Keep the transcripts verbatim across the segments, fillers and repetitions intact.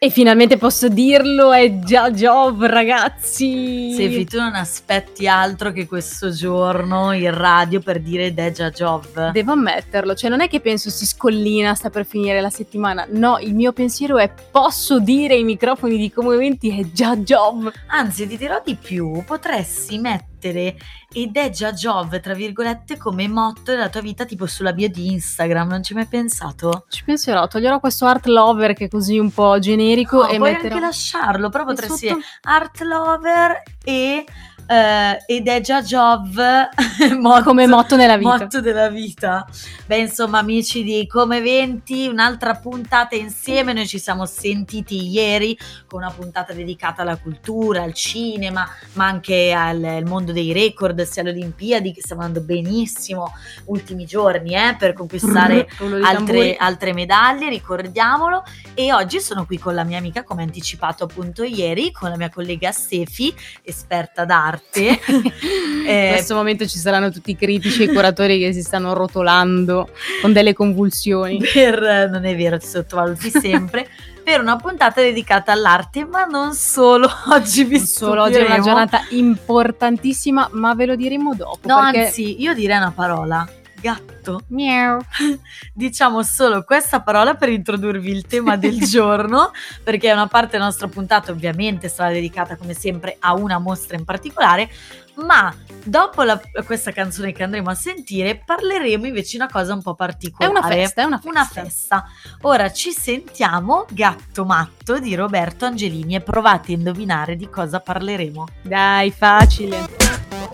E finalmente posso dirlo, è già Giove, ragazzi! Sefi, tu non aspetti altro che questo giorno in radio per dire ed è già Giove. Devo ammetterlo, cioè non è che penso si scollina, sta per finire la settimana. No, il mio pensiero è posso dire ai microfoni di Come Eventi è già Giove. Anzi, ti dirò di più, potresti mettere ed è già Giove, tra virgolette, come motto della tua vita, tipo sulla bio di Instagram. Non ci hai mai pensato? Ci penserò, toglierò questo art lover che è così un po' generico No, e puoi metterò... anche lasciarlo, però potresti sotto... art lover e Uh, ed è già Giove motto, come motto nella vita. Motto della vita. Beh, insomma, amici di Come Eventi, un'altra puntata insieme. Noi ci siamo sentiti ieri con una puntata dedicata alla cultura, al cinema, ma anche al, al mondo dei record, sia alle Olimpiadi, che stiamo andando benissimo ultimi giorni eh, per conquistare altre, altre medaglie, ricordiamolo. E oggi sono qui con la mia amica, come anticipato appunto ieri, con la mia collega Stefi, esperta d'arte. eh, in questo momento ci saranno tutti i critici e i curatori che si stanno rotolando con delle convulsioni. Per, non è vero, ti sottovaluti sempre. Per una puntata dedicata all'arte, ma non solo. Oggi vi non solo, oggi è una giornata importantissima, ma ve lo diremo dopo. No, perché... anzi, io direi una parola. Gatto. Miau. Diciamo solo questa parola per introdurvi il tema del giorno, perché una parte della nostra puntata ovviamente sarà dedicata come sempre a una mostra in particolare, ma dopo la, questa canzone che andremo a sentire parleremo invece di una cosa un po' particolare. È una festa, è una festa. Una festa. Ora ci sentiamo Gatto Matto di Roberto Angelini e provate a indovinare di cosa parleremo. Dai, facile.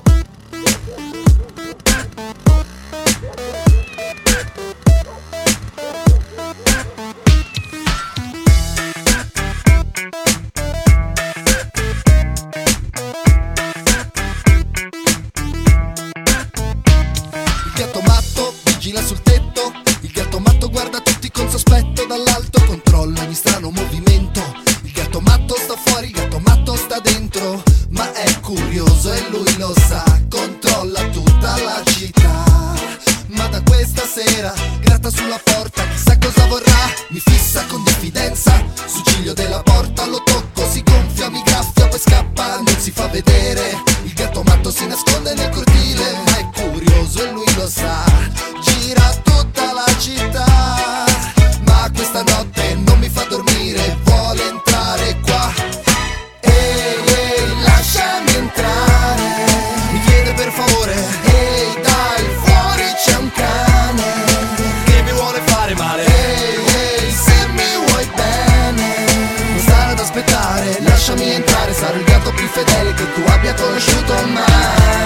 Sul tetto, il gatto matto guarda tutti con sospetto dall'alto, controlla ogni strano movimento. Il gatto matto sta fuori, il gatto matto sta dentro, ma è curioso e lui lo sa, controlla tutta la città. Ma da questa sera gratta sulla porta, chissà cosa vorrà, mi fissa con diffidenza sul ciglio della porta, lo tocco, si gonfia, mi graffia, poi scappa, non si fa vedere. Il gatto matto si nasconde nel cortile, ma è curioso e lui lo sa, gira tutta la città, ma questa notte non mi fa dormire, vuole entrare qua. Ehi, ehi, lasciami entrare, mi chiede per favore, ehi dai, fuori c'è un cane che mi vuole fare male. Ehi, ehi, se mi vuoi bene, non stare ad aspettare, lasciami entrare, sarò il gatto più fedele che tu abbia conosciuto mai.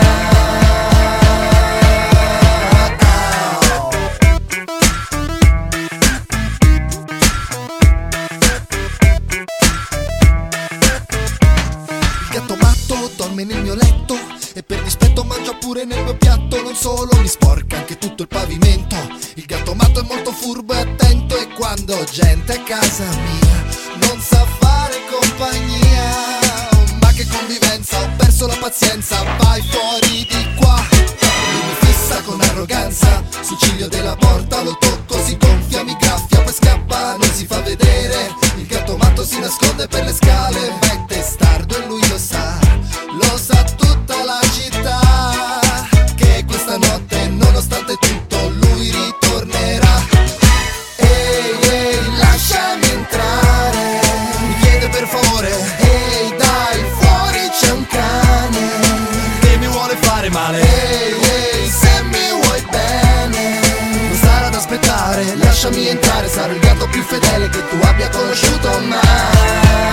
Nel mio letto e per dispetto mangia pure nel mio piatto, non solo mi sporca anche tutto il pavimento. Il gatto matto è molto furbo e attento e quando ho gente a casa mia non sa fare compagnia. Ma che convivenza, ho perso la pazienza, vai fuori di qua. Lui mi fissa con arroganza sul ciglio della porta, lo tocco, si gonfia, mi graffia, poi scappa, non si fa vedere. Il gatto matto si nasconde per le scale, ma è testardo e lui lo sa. Lo sa tutta la città, che questa notte nonostante tutto lui ritornerà. Ehi, ehi, lasciami entrare, mi chiede per favore, ehi dai, fuori c'è un cane che mi vuole fare male. Ehi, ehi, se mi vuoi bene, non stare ad aspettare, lasciami entrare, sarò il gatto più fedele che tu abbia conosciuto mai.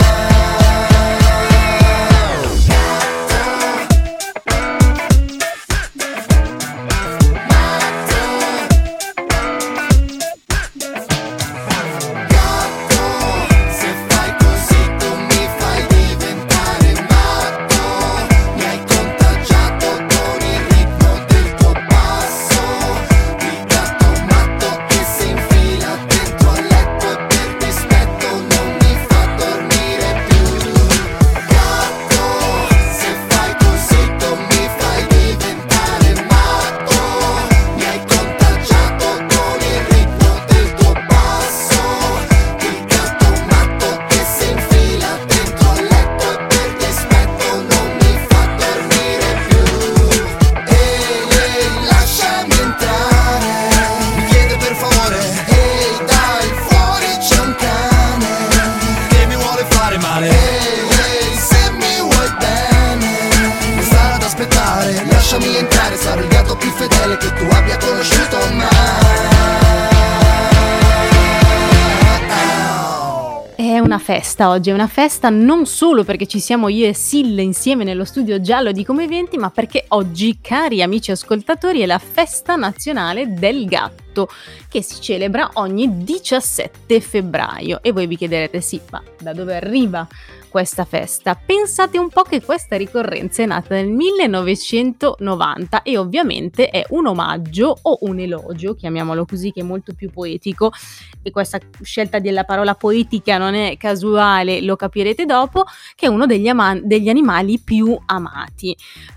una festa oggi, è una festa non solo perché ci siamo io e Sil insieme nello studio giallo di Come Eventi, ma perché oggi, cari amici ascoltatori, è la festa nazionale del gatto, che si celebra ogni diciassette febbraio. E voi vi chiederete, sì, ma da dove arriva questa festa? Pensate un po' che questa ricorrenza è nata nel millenovecentonovanta e ovviamente è un omaggio o un elogio, chiamiamolo così, che è molto più poetico, e questa scelta della parola poetica non è casuale, lo capirete dopo, che è uno degli, ama- degli animali più amati.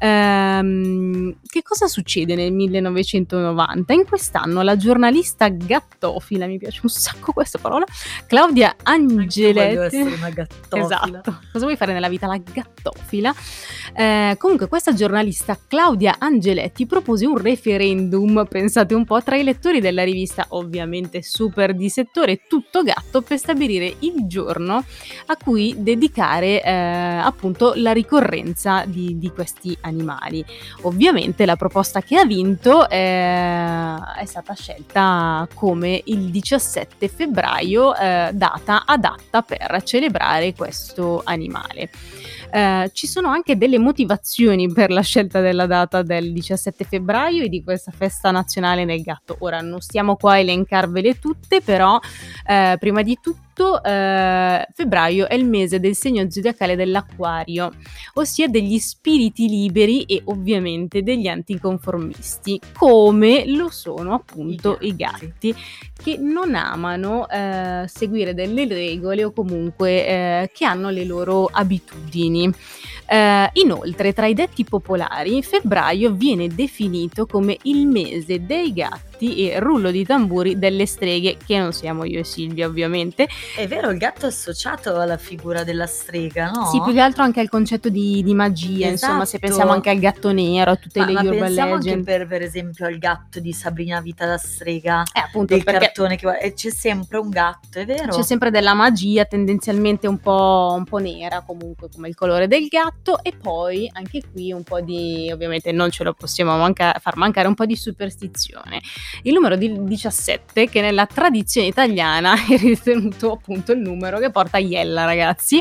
Ehm, che cosa succede nel millenovecentonovanta? In quest'anno la giornalista gattofila, mi piace un sacco questa parola, Claudia Angeletti. Voglio essere una gattofila. Esatto. Cosa vuoi fare nella vita? La gattofila. Eh, comunque questa giornalista Claudia Angeletti propose un referendum, pensate un po', tra i lettori della rivista, ovviamente super di settore, Tutto Gatto, per stabilire il giorno a cui dedicare eh, appunto la ricorrenza di, di questi animali. Ovviamente la proposta che ha vinto eh, è stata scelta come il diciassette febbraio, eh, data adatta per celebrare questo animale. Eh, ci sono anche delle motivazioni per la scelta della data del diciassette febbraio e di questa festa nazionale del gatto. Ora non stiamo qua a elencarvele tutte, però eh, prima di tutto eh, febbraio è il mese del segno zodiacale dell'Acquario, ossia degli spiriti liberi e ovviamente degli anticonformisti, come lo sono appunto i gatti, i gatti che non amano eh, seguire delle regole o comunque eh, che hanno le loro abitudini. Uh, inoltre, tra i detti popolari, febbraio viene definito come il mese dei gatti e, rullo di tamburi, delle streghe, che non siamo io e Silvia ovviamente. È vero, il gatto è associato alla figura della strega, no? Sì, più che altro anche al concetto di, di magia, esatto. Insomma, se pensiamo anche al gatto nero, a tutte ma, le ma urban pensiamo legend. anche per, per esempio al gatto di Sabrina Vita da strega, eh, appunto, del perché cartone che e c'è sempre un gatto, è vero? C'è sempre della magia, tendenzialmente un po', un po' nera comunque come il colore del gatto, e poi anche qui un po' di, ovviamente non ce lo possiamo manca- far mancare, un po' di superstizione. Il numero di diciassette, che nella tradizione italiana è ritenuto appunto il numero che porta Iella, ragazzi.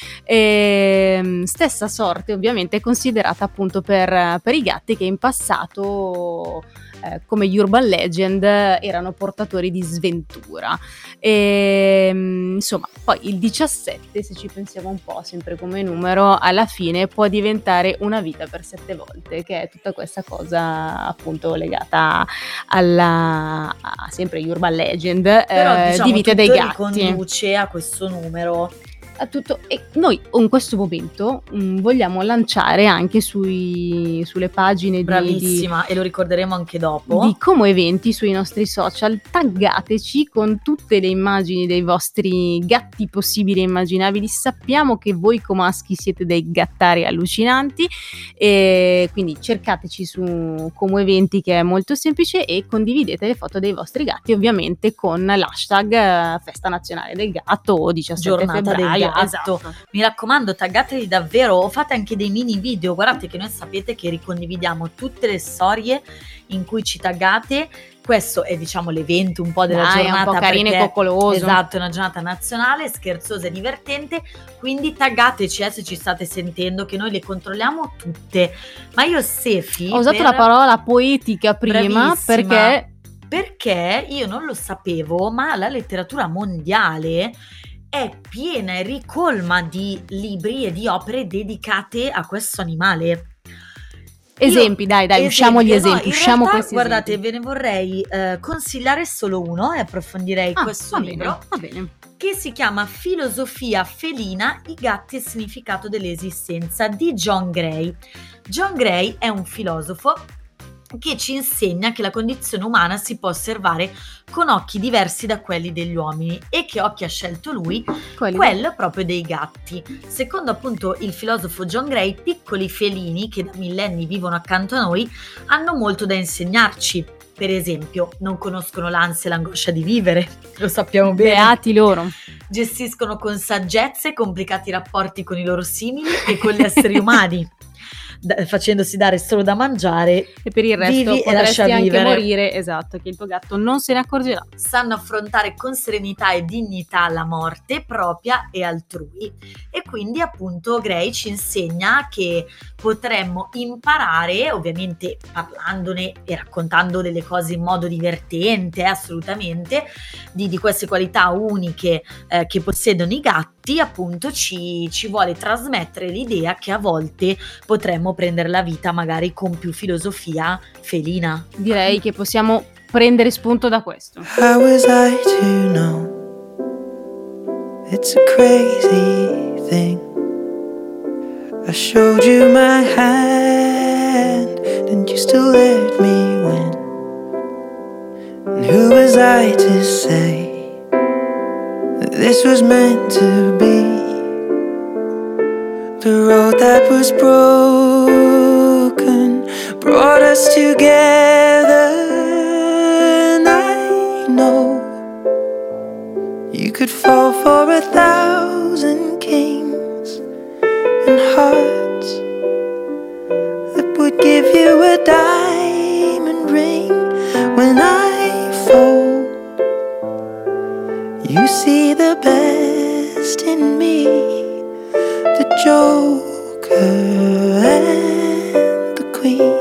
E, stessa sorte ovviamente è considerata appunto per, per i gatti che in passato eh, come gli urban legend erano portatori di sventura. E, insomma, poi il diciassette, se ci pensiamo un po', sempre come numero, alla fine può diventare una vita per sette volte, che è tutta questa cosa appunto legata alla a sempre gli urban legend. Però, eh, diciamo, di vita dei gatti, conduce a questo numero. A tutto, e noi in questo momento mh, vogliamo lanciare anche sui, sulle pagine di, bravissima di, e lo ricorderemo anche dopo di Come Eventi sui nostri social, taggateci con tutte le immagini dei vostri gatti possibili e immaginabili. Sappiamo che voi comaschi siete dei gattari allucinanti, e quindi cercateci su Come Eventi, che è molto semplice, e condividete le foto dei vostri gatti, ovviamente con l'hashtag eh, festa nazionale del gatto o diciassette giornata febbraio. del gatto. Esatto. Mi raccomando, taggateli davvero, o fate anche dei mini video. Guardate che noi sapete che ricondividiamo tutte le storie in cui ci taggate. Questo è, diciamo, l'evento un po' della Dai, giornata, è un po' carino perché, e coccoloso. esatto, è una giornata nazionale, scherzosa e divertente, quindi taggateci eh, se ci state sentendo, che noi le controlliamo tutte. Ma io, Sefi, ho usato per... la parola poetica prima, Bravissima. perché perché io non lo sapevo, ma la letteratura mondiale è piena e ricolma di libri e di opere dedicate a questo animale. Esempi, Io, dai, dai, esempi, usciamo gli no, esempi, in usciamo realtà, questi guardate, esempi. ve ne vorrei eh, consigliare solo uno e approfondirei Ah, questo va libro, bene, va bene. che si chiama Filosofia felina, i gatti e il significato dell'esistenza, di John Gray. John Gray è un filosofo che ci insegna che la condizione umana si può osservare con occhi diversi da quelli degli uomini. E che occhi ha scelto lui? Quelli. Quello proprio dei gatti. Secondo appunto il filosofo John Gray, piccoli felini che da millenni vivono accanto a noi hanno molto da insegnarci. Per esempio, non conoscono l'ansia e l'angoscia di vivere, lo sappiamo bene. Beati loro. Gestiscono con saggezza e complicati rapporti con i loro simili e con gli esseri umani. da- facendosi dare solo da mangiare, E per il resto vivi e potresti lascia anche vivere. morire, esatto, che il tuo gatto non se ne accorgerà. Sanno affrontare con serenità e dignità la morte propria e altrui. E quindi appunto Gray ci insegna che potremmo imparare, ovviamente parlandone e raccontando delle cose in modo divertente, eh, assolutamente, di, di queste qualità uniche eh, che possiedono i gatti. Appunto ci, ci vuole trasmettere l'idea che a volte potremmo prendere la vita magari con più filosofia felina. Direi che possiamo prendere spunto da questo. How was I to know? It's a crazy thing. I showed you my hand, and you still let me win. And who was I to say that this was meant to be? The road that was broken brought us together. No, you could fall for a thousand kings and hearts that would give you a diamond ring. When I fall, you see the best in me, the Joker and the Queen.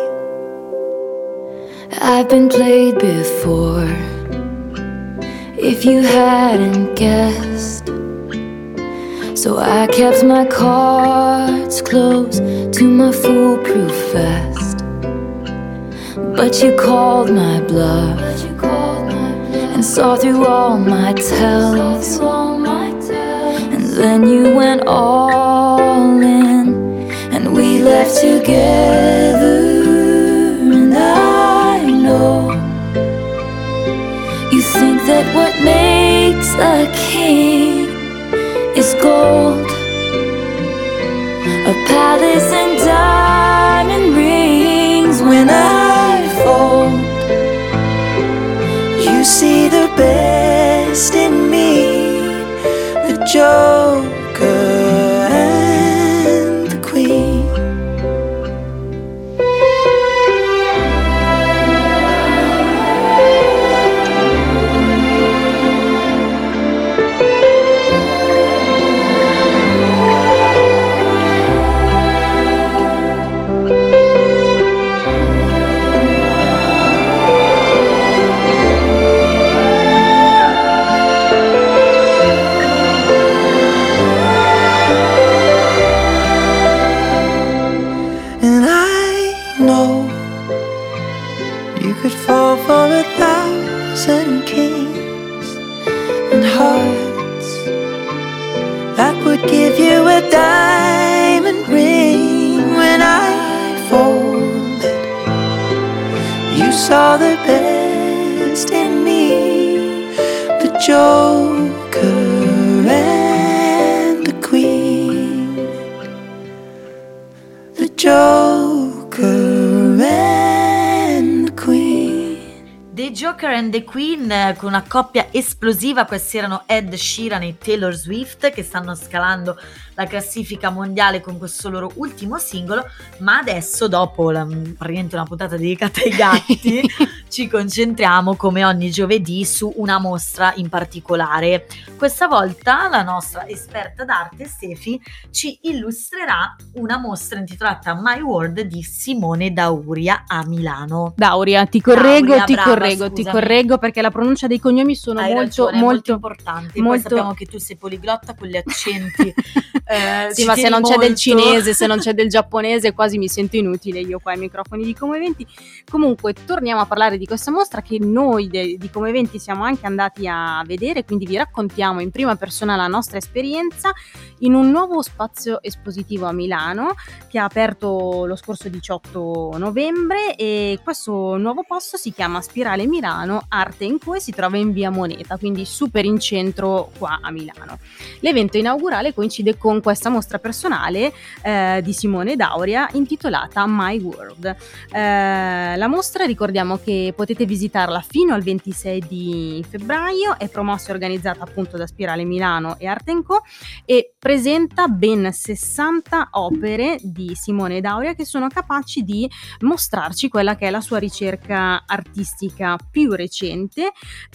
I've been played before, if you hadn't guessed. So I kept my cards close to my foolproof vest. But you called my bluff and saw through all my tells. And then you went all in, and we left together. And I know you think that what makes a king is gold, a palace and diamond rings. When I fold, You see the best in me, the Joker and the Queen. And I know you could fall for a thousand kings and hearts that would give you a diamond ring. When I folded, you saw the best in me, the Joker and the Queen, the Joker and the Queen. The Joker and the Queen, eh, con una coppia esplosiva. Questi erano Ed Sheeran e Taylor Swift, che stanno scalando la classifica mondiale con questo loro ultimo singolo. Ma adesso, dopo la, praticamente una puntata dedicata ai gatti, ci concentriamo come ogni giovedì su una mostra in particolare. Questa volta la nostra esperta d'arte Stefi ci illustrerà una mostra intitolata My World di Simone Dauria a Milano. Dauria, ti correggo, Dauria, ti brava, correggo, ti scusami. correggo perché la pronuncia dei cognomi sono Hai molto, ragione, è molto, importante. Poi molto- sappiamo che tu sei poliglotta con gli accenti. eh, Sì, ci ma se tieni non c'è del molto. cinese, se non c'è del giapponese, quasi mi sento inutile io qua ai microfoni di Come Eventi. Comunque, torniamo a parlare di questa mostra che noi de- di Come Eventi siamo anche andati a vedere, quindi vi raccontiamo in prima persona la nostra esperienza in un nuovo spazio espositivo a Milano che ha aperto lo scorso diciotto novembre, e questo nuovo posto si chiama Spirale Milano Arte Co e si trova in via Moneta, quindi super in centro qua a Milano. L'evento inaugurale coincide con questa mostra personale eh, di Simone Dauria intitolata My World. Eh, la mostra, ricordiamo che potete visitarla fino al ventisei di febbraio, è promossa e organizzata appunto da Spirale Milano e Arte Co, e presenta ben sessanta opere di Simone Dauria che sono capaci di mostrarci quella che è la sua ricerca artistica più recente,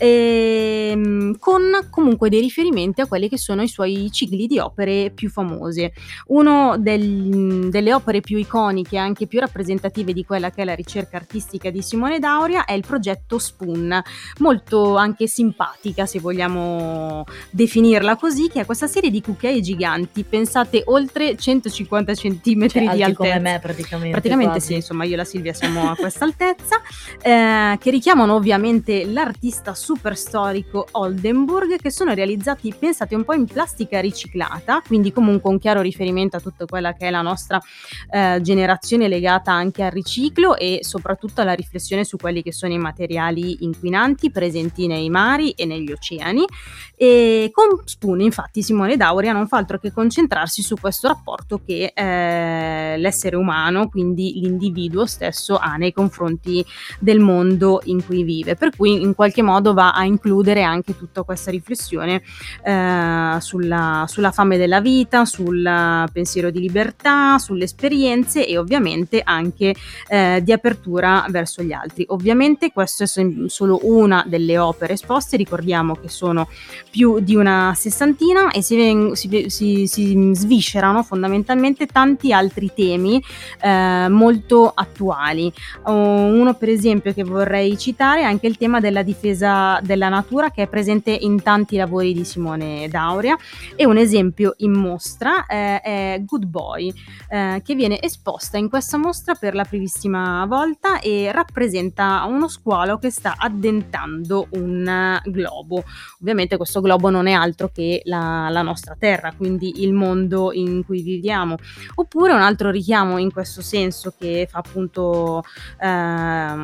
ehm, con comunque dei riferimenti a quelli che sono i suoi cicli di opere più famose. Uno del, delle opere più iconiche, anche più rappresentative di quella che è la ricerca artistica di Simone Dauria, è il progetto Spoon, molto anche simpatica se vogliamo definirla così, che è questa serie di cucchiai giganti, pensate oltre centocinquanta centimetri Cioè, di alti altezza. come me praticamente. Praticamente quasi. sì, insomma io e la Silvia siamo a questa altezza, eh, che richiamano ovviamente l'artista super storico Oldenburg, che sono realizzati, pensate, un po' in plastica riciclata, quindi comunque un chiaro riferimento a tutta quella che è la nostra eh, generazione legata anche al riciclo e soprattutto alla riflessione su quelli che sono i materiali inquinanti presenti nei mari e negli oceani. E con Spoon infatti Simone Dauria non fa altro che concentrarsi su questo rapporto che eh, l'essere umano, quindi l'individuo stesso, ha nei confronti del mondo in cui vive, per cui in qualche modo va a includere anche tutta questa riflessione eh, sulla, sulla fame della vita, sul pensiero di libertà, sulle esperienze e ovviamente anche eh, di apertura verso gli altri. Ovviamente questa è solo una delle opere esposte, ricordiamo che sono più di una sessantina e si, si, si, si sviscerano fondamentalmente tanti altri temi eh, molto attuali. Uh, uno per esempio che vorrei citare è anche il tema della difesa della natura, che è presente in tanti lavori di Simone Dauria, e un esempio in mostra eh, è Good Boy, eh, che viene esposta in questa mostra per la primissima volta e rappresenta uno squalo che sta addentando un globo. Ovviamente questo globo non è altro che la, la nostra terra, quindi il mondo in cui viviamo. Oppure un altro richiamo in questo senso che fa appunto eh,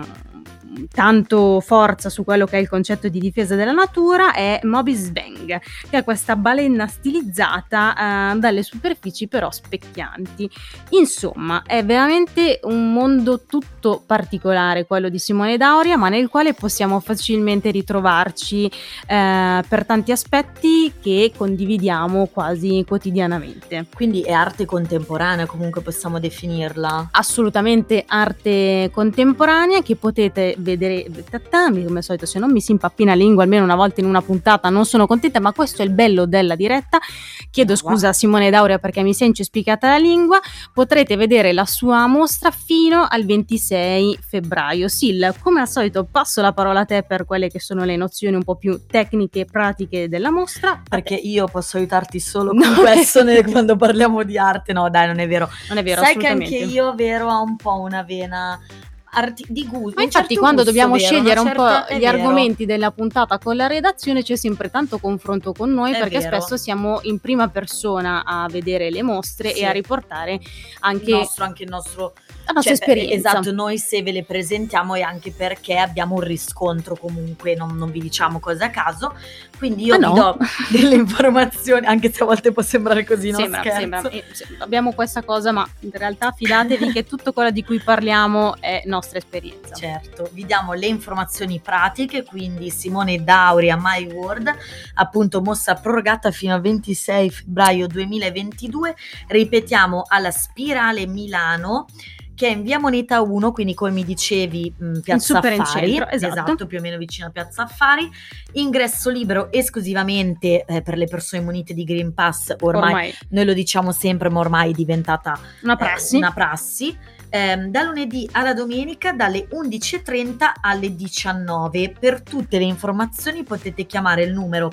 tanto forza su quello che è il concetto di difesa della natura è Moby Sveng, che è questa balena stilizzata eh, dalle superfici però specchianti. Insomma, è veramente un mondo tutto particolare quello di Simone Dauria, ma nel quale possiamo facilmente ritrovarci eh, per tanti aspetti che condividiamo quasi quotidianamente. Quindi è arte contemporanea, comunque possiamo definirla. Assolutamente arte contemporanea, che potete vedere, tattami, come al solito se non mi si impappina la lingua almeno una volta in una puntata non sono contenta, ma questo è il bello della diretta. Chiedo Oh, scusa wow. a Simone Dauria perché mi si è incespiccata la lingua. Potrete vedere la sua mostra fino al ventisei febbraio. Sil, come al solito passo la parola a te per quelle che sono le nozioni un po' più tecniche e pratiche della mostra, Perché io posso aiutarti solo con questo nel- quando parliamo di arte. No, dai, non è vero. non è vero, Sai che assolutamente. anche io, vero, ho un po' una vena arti- di gusto. Ma un infatti certo quando gusto, dobbiamo vero, scegliere una un certa- po' è gli vero. argomenti della puntata con la redazione c'è sempre tanto confronto con noi, È perché vero. spesso siamo in prima persona a vedere le mostre Sì. e a riportare anche il nostro, anche il nostro la nostra cioè, esperienza. esatto, noi se ve le presentiamo è anche perché abbiamo un riscontro, comunque non, non vi diciamo cose a caso, quindi io Ah, vi no? do delle informazioni, anche se a volte può sembrare così, no? Sembra, Scherzo. sembra. Eh, se- abbiamo questa cosa, ma in realtà fidatevi che tutto quello di cui parliamo è nostra esperienza. Certo, vi diamo le informazioni pratiche, quindi Simone Dauria My World, appunto mostra prorogata fino al ventisei febbraio duemilaventidue, ripetiamo alla Spirale Milano, che è in via Moneta uno, quindi come mi dicevi mh, Piazza super in Affari, centro, esatto. più o meno vicino a Piazza Affari, ingresso libero esclusivamente eh, per le persone munite di Green Pass, ormai, Ormai noi lo diciamo sempre, ma ormai è diventata una eh, prassi. una prassi. Ehm, da lunedì alla domenica dalle undici e trenta alle diciannove. Per tutte le informazioni potete chiamare il numero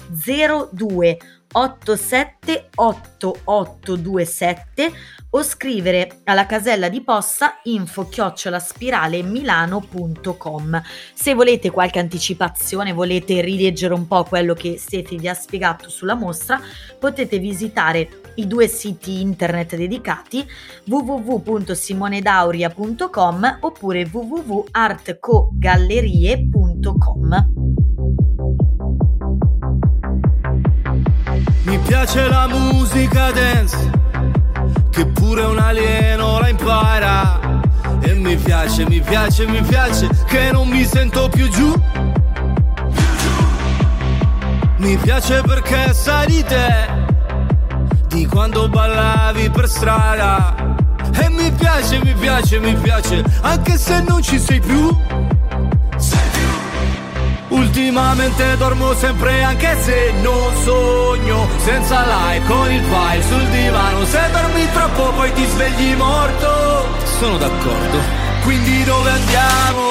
zero due otto sette otto otto due sette o scrivere alla casella di posta info chiocciola spirale milano punto com. Se volete qualche anticipazione, volete rileggere un po' quello che Stefi vi ha spiegato sulla mostra, potete visitare i due siti internet dedicati, w w w punto simonedauria punto com oppure w w w punto artcogallerie punto com. Mi piace la musica dance, che pure un alieno la impara. E mi piace, mi piace, mi piace, che non mi sento più giù. Mi piace perché sai di te, di quando ballavi per strada. E mi piace, mi piace, mi piace, anche se non ci sei più. Sei più. Ultimamente dormo sempre anche se non sogno, senza like, con il file sul divano. Se dormi troppo poi ti svegli morto. Sono d'accordo. Quindi dove andiamo?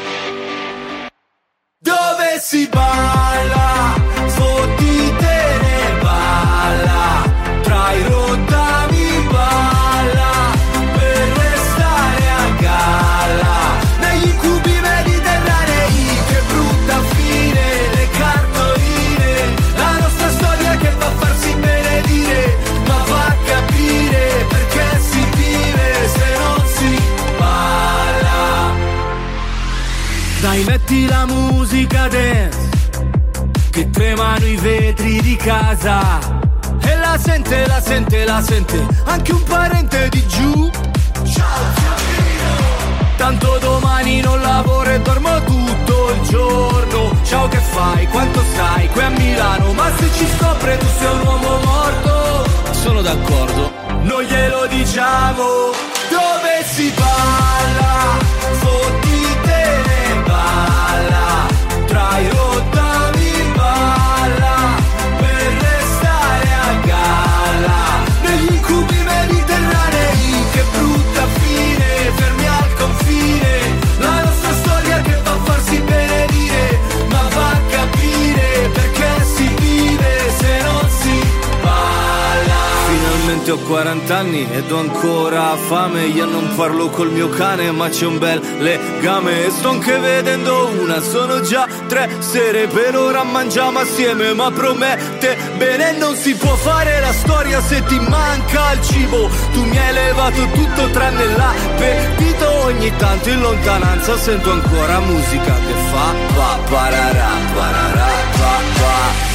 Dove si balla? Fottitene balla, tra i rottami balla, per restare a galla, negli incubi mediterranei. Che brutta fine, le cartoline, la nostra storia che fa farsi benedire, ma fa capire perché si vive se non si balla. Dai, metti la musica dance, che tremano i vetri di casa, e la sente, la sente, la sente anche un parente di giù. Ciao Fiorino. Tanto domani non lavoro e dormo tutto il giorno. Ciao, che fai? Quanto stai? Qui a Milano. Ma se ci scopre tu sei un uomo morto. Sono d'accordo, non glielo diciamo. Dove si balla? Fottitene balla, tra i rottami balla, per restare a galla, negli incubi mediterranei. Che brutta fine, fermi al confine, la nostra storia che fa farsi benedire, ma fa capire perché si vive se non si balla. Finalmente ho quaranta anni ed ho ancora fame. Io non parlo col mio cane ma c'è un bel legame, e sto anche vedendo una. Sono già tre sere, per ora mangiamo assieme, ma promette bene. Non si può fare la storia se ti manca il cibo. Tu mi hai levato tutto tranne l'appetito. Ogni tanto in lontananza sento ancora musica che fa pa pararà, pararà, pa pa.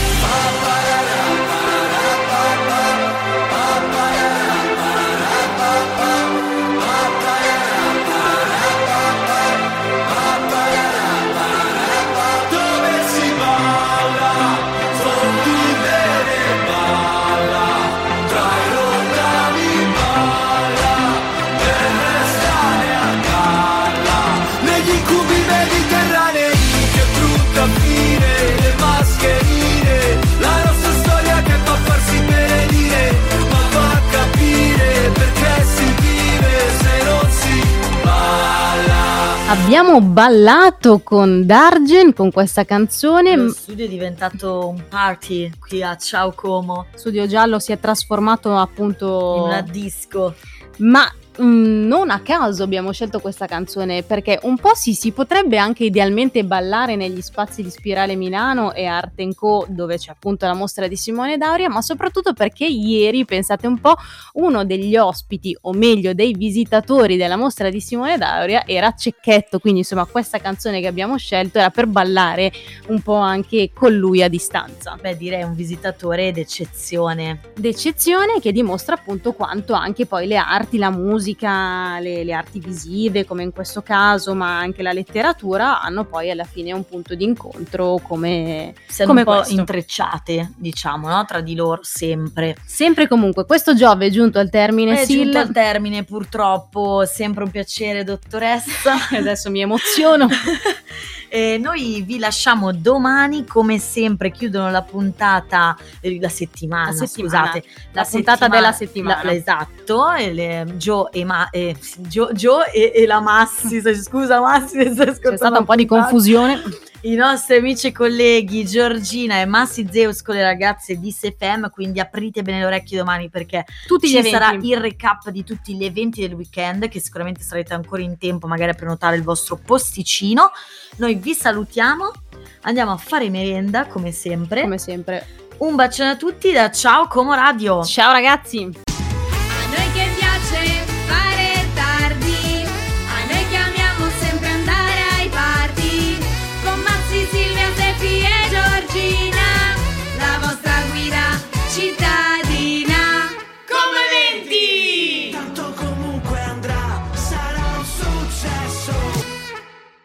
Abbiamo ballato con Dargen con questa canzone. Lo studio è diventato un party qui a Ciao Como. Studio Giallo si è trasformato appunto in una disco. Ma mh, non a caso abbiamo scelto questa canzone, perché un po' sì, si potrebbe anche idealmente ballare negli spazi di Spirale Milano e Art and Co, dove c'è appunto la mostra di Simone Dauria, ma soprattutto perché ieri, pensate un po', uno degli ospiti, o meglio dei visitatori della mostra di Simone Dauria era Cecchetto, quindi insomma questa canzone che abbiamo scelto era per ballare un po' anche con lui a distanza. Beh, direi un visitatore d'eccezione. D'eccezione che dimostra appunto quanto anche poi le arti, la musica, le, le arti visive come in questo caso, ma anche la letteratura hanno poi alla fine un punto di incontro come, Siamo come un po' questo. intrecciate, diciamo, no? Tra di loro sempre. Sempre comunque, questo Giove è giunto al termine, È Sil. giunto al termine purtroppo, sempre un piacere dottoressa. Adesso mi emoziono. E noi vi lasciamo domani, come sempre chiudono la puntata, eh, la settimana, La settimana. scusate, La puntata della settimana. la- esatto, e le- Gio e Ma, eh, Gio, Gio e, e la Massi, scusa Massi, sto C'è ascoltando stata un po' la di puntata. confusione. I nostri amici e colleghi Giorgina e Massi Zeus con le ragazze di S F M, quindi aprite bene le orecchie domani perché Tutti gli ci eventi. sarà il recap di tutti gli eventi del weekend, che sicuramente sarete ancora in tempo magari a prenotare il vostro posticino. Noi vi salutiamo, andiamo a fare merenda come sempre. Come sempre. Un bacione a tutti da Ciao Como Radio. Ciao ragazzi.